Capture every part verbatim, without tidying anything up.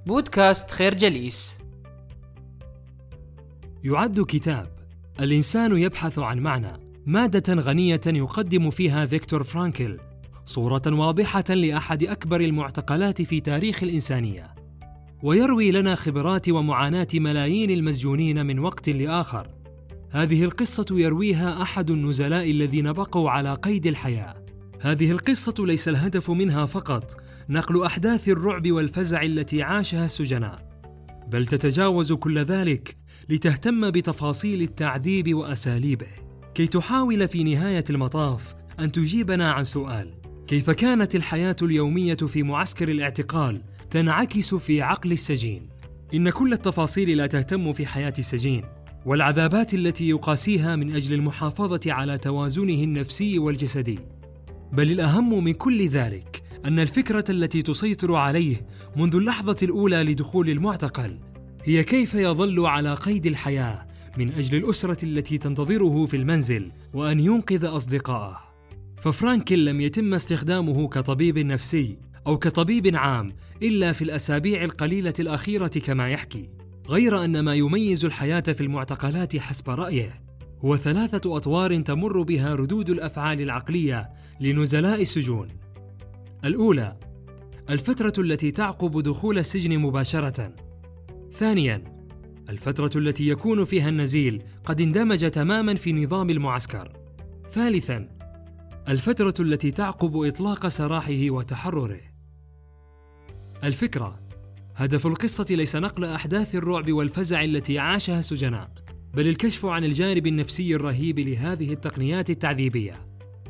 بودكاست خير جليس. يعد كتاب الإنسان يبحث عن معنى مادة غنية يقدم فيها فيكتور فرانكل صورة واضحة لأحد أكبر المعتقلات في تاريخ الإنسانية، ويروي لنا خبرات ومعاناة ملايين المسجونين من وقت لآخر. هذه القصة يرويها أحد النزلاء الذين بقوا على قيد الحياة. هذه القصة ليس الهدف منها فقط نقل أحداث الرعب والفزع التي عاشها السجناء، بل تتجاوز كل ذلك لتهتم بتفاصيل التعذيب وأساليبه، كي تحاول في نهاية المطاف أن تجيبنا عن سؤال: كيف كانت الحياة اليومية في معسكر الاعتقال تنعكس في عقل السجين؟ إن كل التفاصيل لا تهتم في حياة السجين والعذابات التي يقاسيها من أجل المحافظة على توازنه النفسي والجسدي، بل الأهم من كل ذلك أن الفكرة التي تسيطر عليه منذ اللحظة الأولى لدخول المعتقل هي كيف يظل على قيد الحياة من أجل الأسرة التي تنتظره في المنزل وأن ينقذ أصدقائه. ففرانكل لم يتم استخدامه كطبيب نفسي أو كطبيب عام إلا في الأسابيع القليلة الأخيرة كما يحكي، غير أن ما يميز الحياة في المعتقلات حسب رأيه هو ثلاثة أطوار تمر بها ردود الأفعال العقلية لنزلاء السجون. الأولى: الفترة التي تعقب دخول السجن مباشرة. ثانياً: الفترة التي يكون فيها النزيل قد اندمج تماماً في نظام المعسكر. ثالثاً: الفترة التي تعقب إطلاق سراحه وتحرره. الفكرة: هدف القصة ليس نقل أحداث الرعب والفزع التي عاشها السجناء، بل الكشف عن الجانب النفسي الرهيب لهذه التقنيات التعذيبية.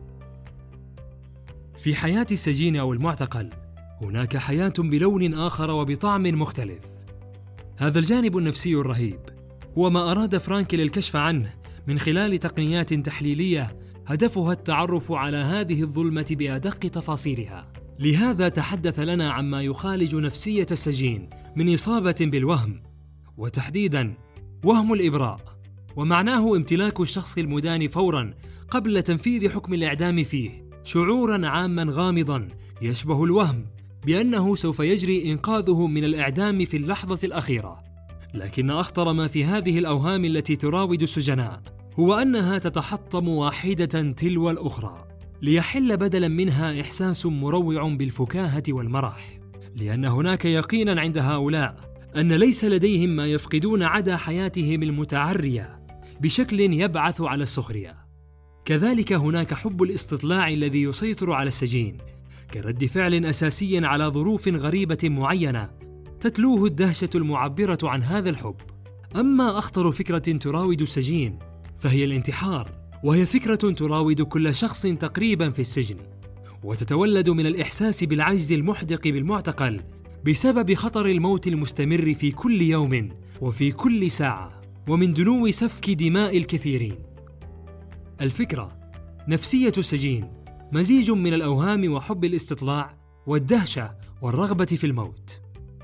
في حياة السجين أو المعتقل هناك حياة بلون آخر وبطعم مختلف. هذا الجانب النفسي الرهيب هو ما أراد فرانكل الكشف عنه من خلال تقنيات تحليلية هدفها التعرف على هذه الظلمة بأدق تفاصيلها. لهذا تحدث لنا عما يخالج نفسية السجين من إصابة بالوهم، وتحديداً وهم الإبراء، ومعناه امتلاك الشخص المدان فوراً قبل تنفيذ حكم الإعدام فيه شعوراً عاماً غامضاً يشبه الوهم بأنه سوف يجري إنقاذه من الإعدام في اللحظة الأخيرة. لكن أخطر ما في هذه الأوهام التي تراود السجناء هو أنها تتحطم واحدة تلو الأخرى، ليحل بدلاً منها إحساس مروع بالفكاهة والمرح، لأن هناك يقيناً عند هؤلاء أن ليس لديهم ما يفقدون عدا حياتهم المتعرية بشكل يبعث على السخرية. كذلك هناك حب الاستطلاع الذي يسيطر على السجين كرد فعل أساسي على ظروف غريبة معينة تتلوه الدهشة المعبرة عن هذا الحب. أما أخطر فكرة تراود السجين فهي الانتحار، وهي فكرة تراود كل شخص تقريبا في السجن، وتتولد من الإحساس بالعجز المحدق بالمعتقل بسبب خطر الموت المستمر في كل يوم وفي كل ساعة، ومن دنو سفك دماء الكثيرين. الفكرة: نفسية السجين مزيج من الأوهام وحب الاستطلاع والدهشة والرغبة في الموت.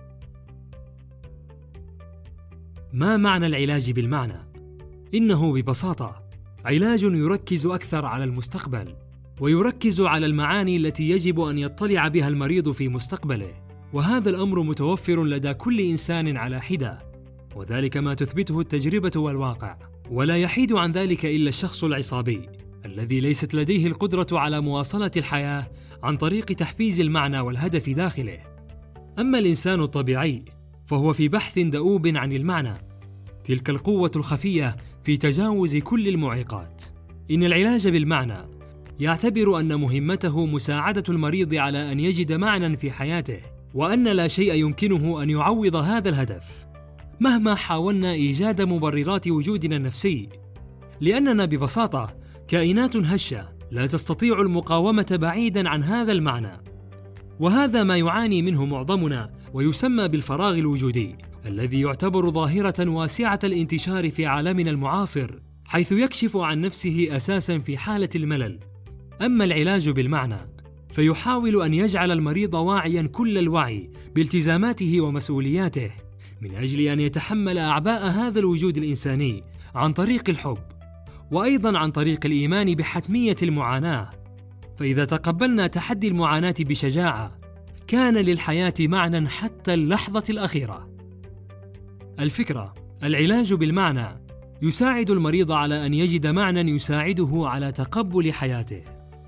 ما معنى العلاج بالمعنى؟ إنه ببساطة علاج يركز أكثر على المستقبل، ويركز على المعاني التي يجب أن يطلع بها المريض في مستقبله، وهذا الأمر متوفر لدى كل إنسان على حدة، وذلك ما تثبته التجربة والواقع. ولا يحيد عن ذلك إلا الشخص العصابي الذي ليست لديه القدرة على مواصلة الحياة عن طريق تحفيز المعنى والهدف داخله. أما الإنسان الطبيعي فهو في بحث دؤوب عن المعنى، تلك القوة الخفية في تجاوز كل المعيقات. إن العلاج بالمعنى يعتبر أن مهمته مساعدة المريض على أن يجد معنى في حياته، وأن لا شيء يمكنه أن يعوض هذا الهدف مهما حاولنا إيجاد مبررات وجودنا النفسي، لأننا ببساطة كائنات هشة لا تستطيع المقاومة بعيداً عن هذا المعنى. وهذا ما يعاني منه معظمنا، ويسمى بالفراغ الوجودي، الذي يعتبر ظاهرة واسعة الانتشار في عالمنا المعاصر، حيث يكشف عن نفسه أساساً في حالة الملل. أما العلاج بالمعنى فيحاول أن يجعل المريض واعياً كل الوعي بالتزاماته ومسؤولياته من أجل أن يتحمل أعباء هذا الوجود الإنساني عن طريق الحب، وأيضاً عن طريق الإيمان بحتمية المعاناة. فإذا تقبلنا تحدي المعاناة بشجاعة كان للحياة معنى حتى اللحظة الأخيرة. الفكرة: العلاج بالمعنى يساعد المريض على أن يجد معنى يساعده على تقبل حياته.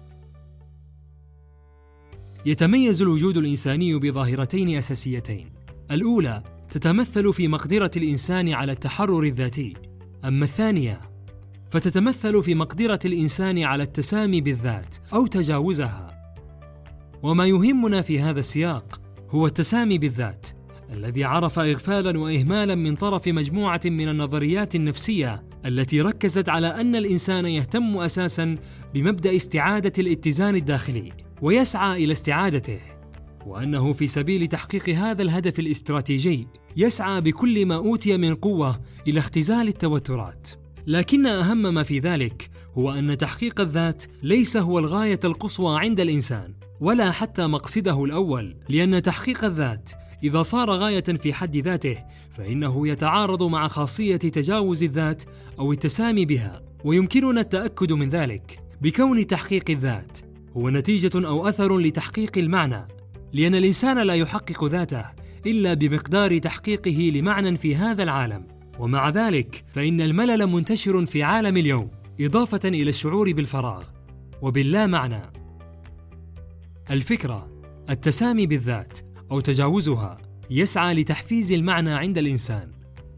يتميز الوجود الإنساني بظاهرتين أساسيتين. الأولى تتمثل في مقدرة الإنسان على التحرر الذاتي، أما الثانية فتتمثل في مقدرة الإنسان على التسامي بالذات أو تجاوزها. وما يهمنا في هذا السياق هو التسامي بالذات، الذي عرف إغفالاً وإهمالاً من طرف مجموعة من النظريات النفسية التي ركزت على أن الإنسان يهتم أساساً بمبدأ استعادة الاتزان الداخلي ويسعى إلى استعادته، وأنه في سبيل تحقيق هذا الهدف الاستراتيجي يسعى بكل ما أوتي من قوة إلى اختزال التوترات. لكن أهم ما في ذلك هو أن تحقيق الذات ليس هو الغاية القصوى عند الإنسان ولا حتى مقصده الأول، لأن تحقيق الذات إذا صار غاية في حد ذاته فإنه يتعارض مع خاصية تجاوز الذات أو التسامي بها. ويمكننا التأكد من ذلك بكون تحقيق الذات هو نتيجة أو أثر لتحقيق المعنى، لأن الإنسان لا يحقق ذاته إلا بمقدار تحقيقه لمعنى في هذا العالم. ومع ذلك فإن الملل منتشر في عالم اليوم، إضافة إلى الشعور بالفراغ وباللا معنى. الفكرة: التسامي بالذات أو تجاوزها يسعى لتحفيز المعنى عند الإنسان.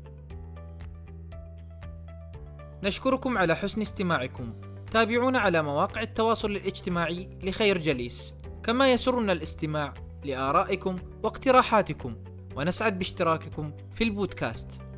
نشكركم على حسن استماعكم. تابعونا على مواقع التواصل الاجتماعي لخير جليس، كما يسرنا الاستماع لآرائكم واقتراحاتكم، ونسعد باشتراككم في البودكاست.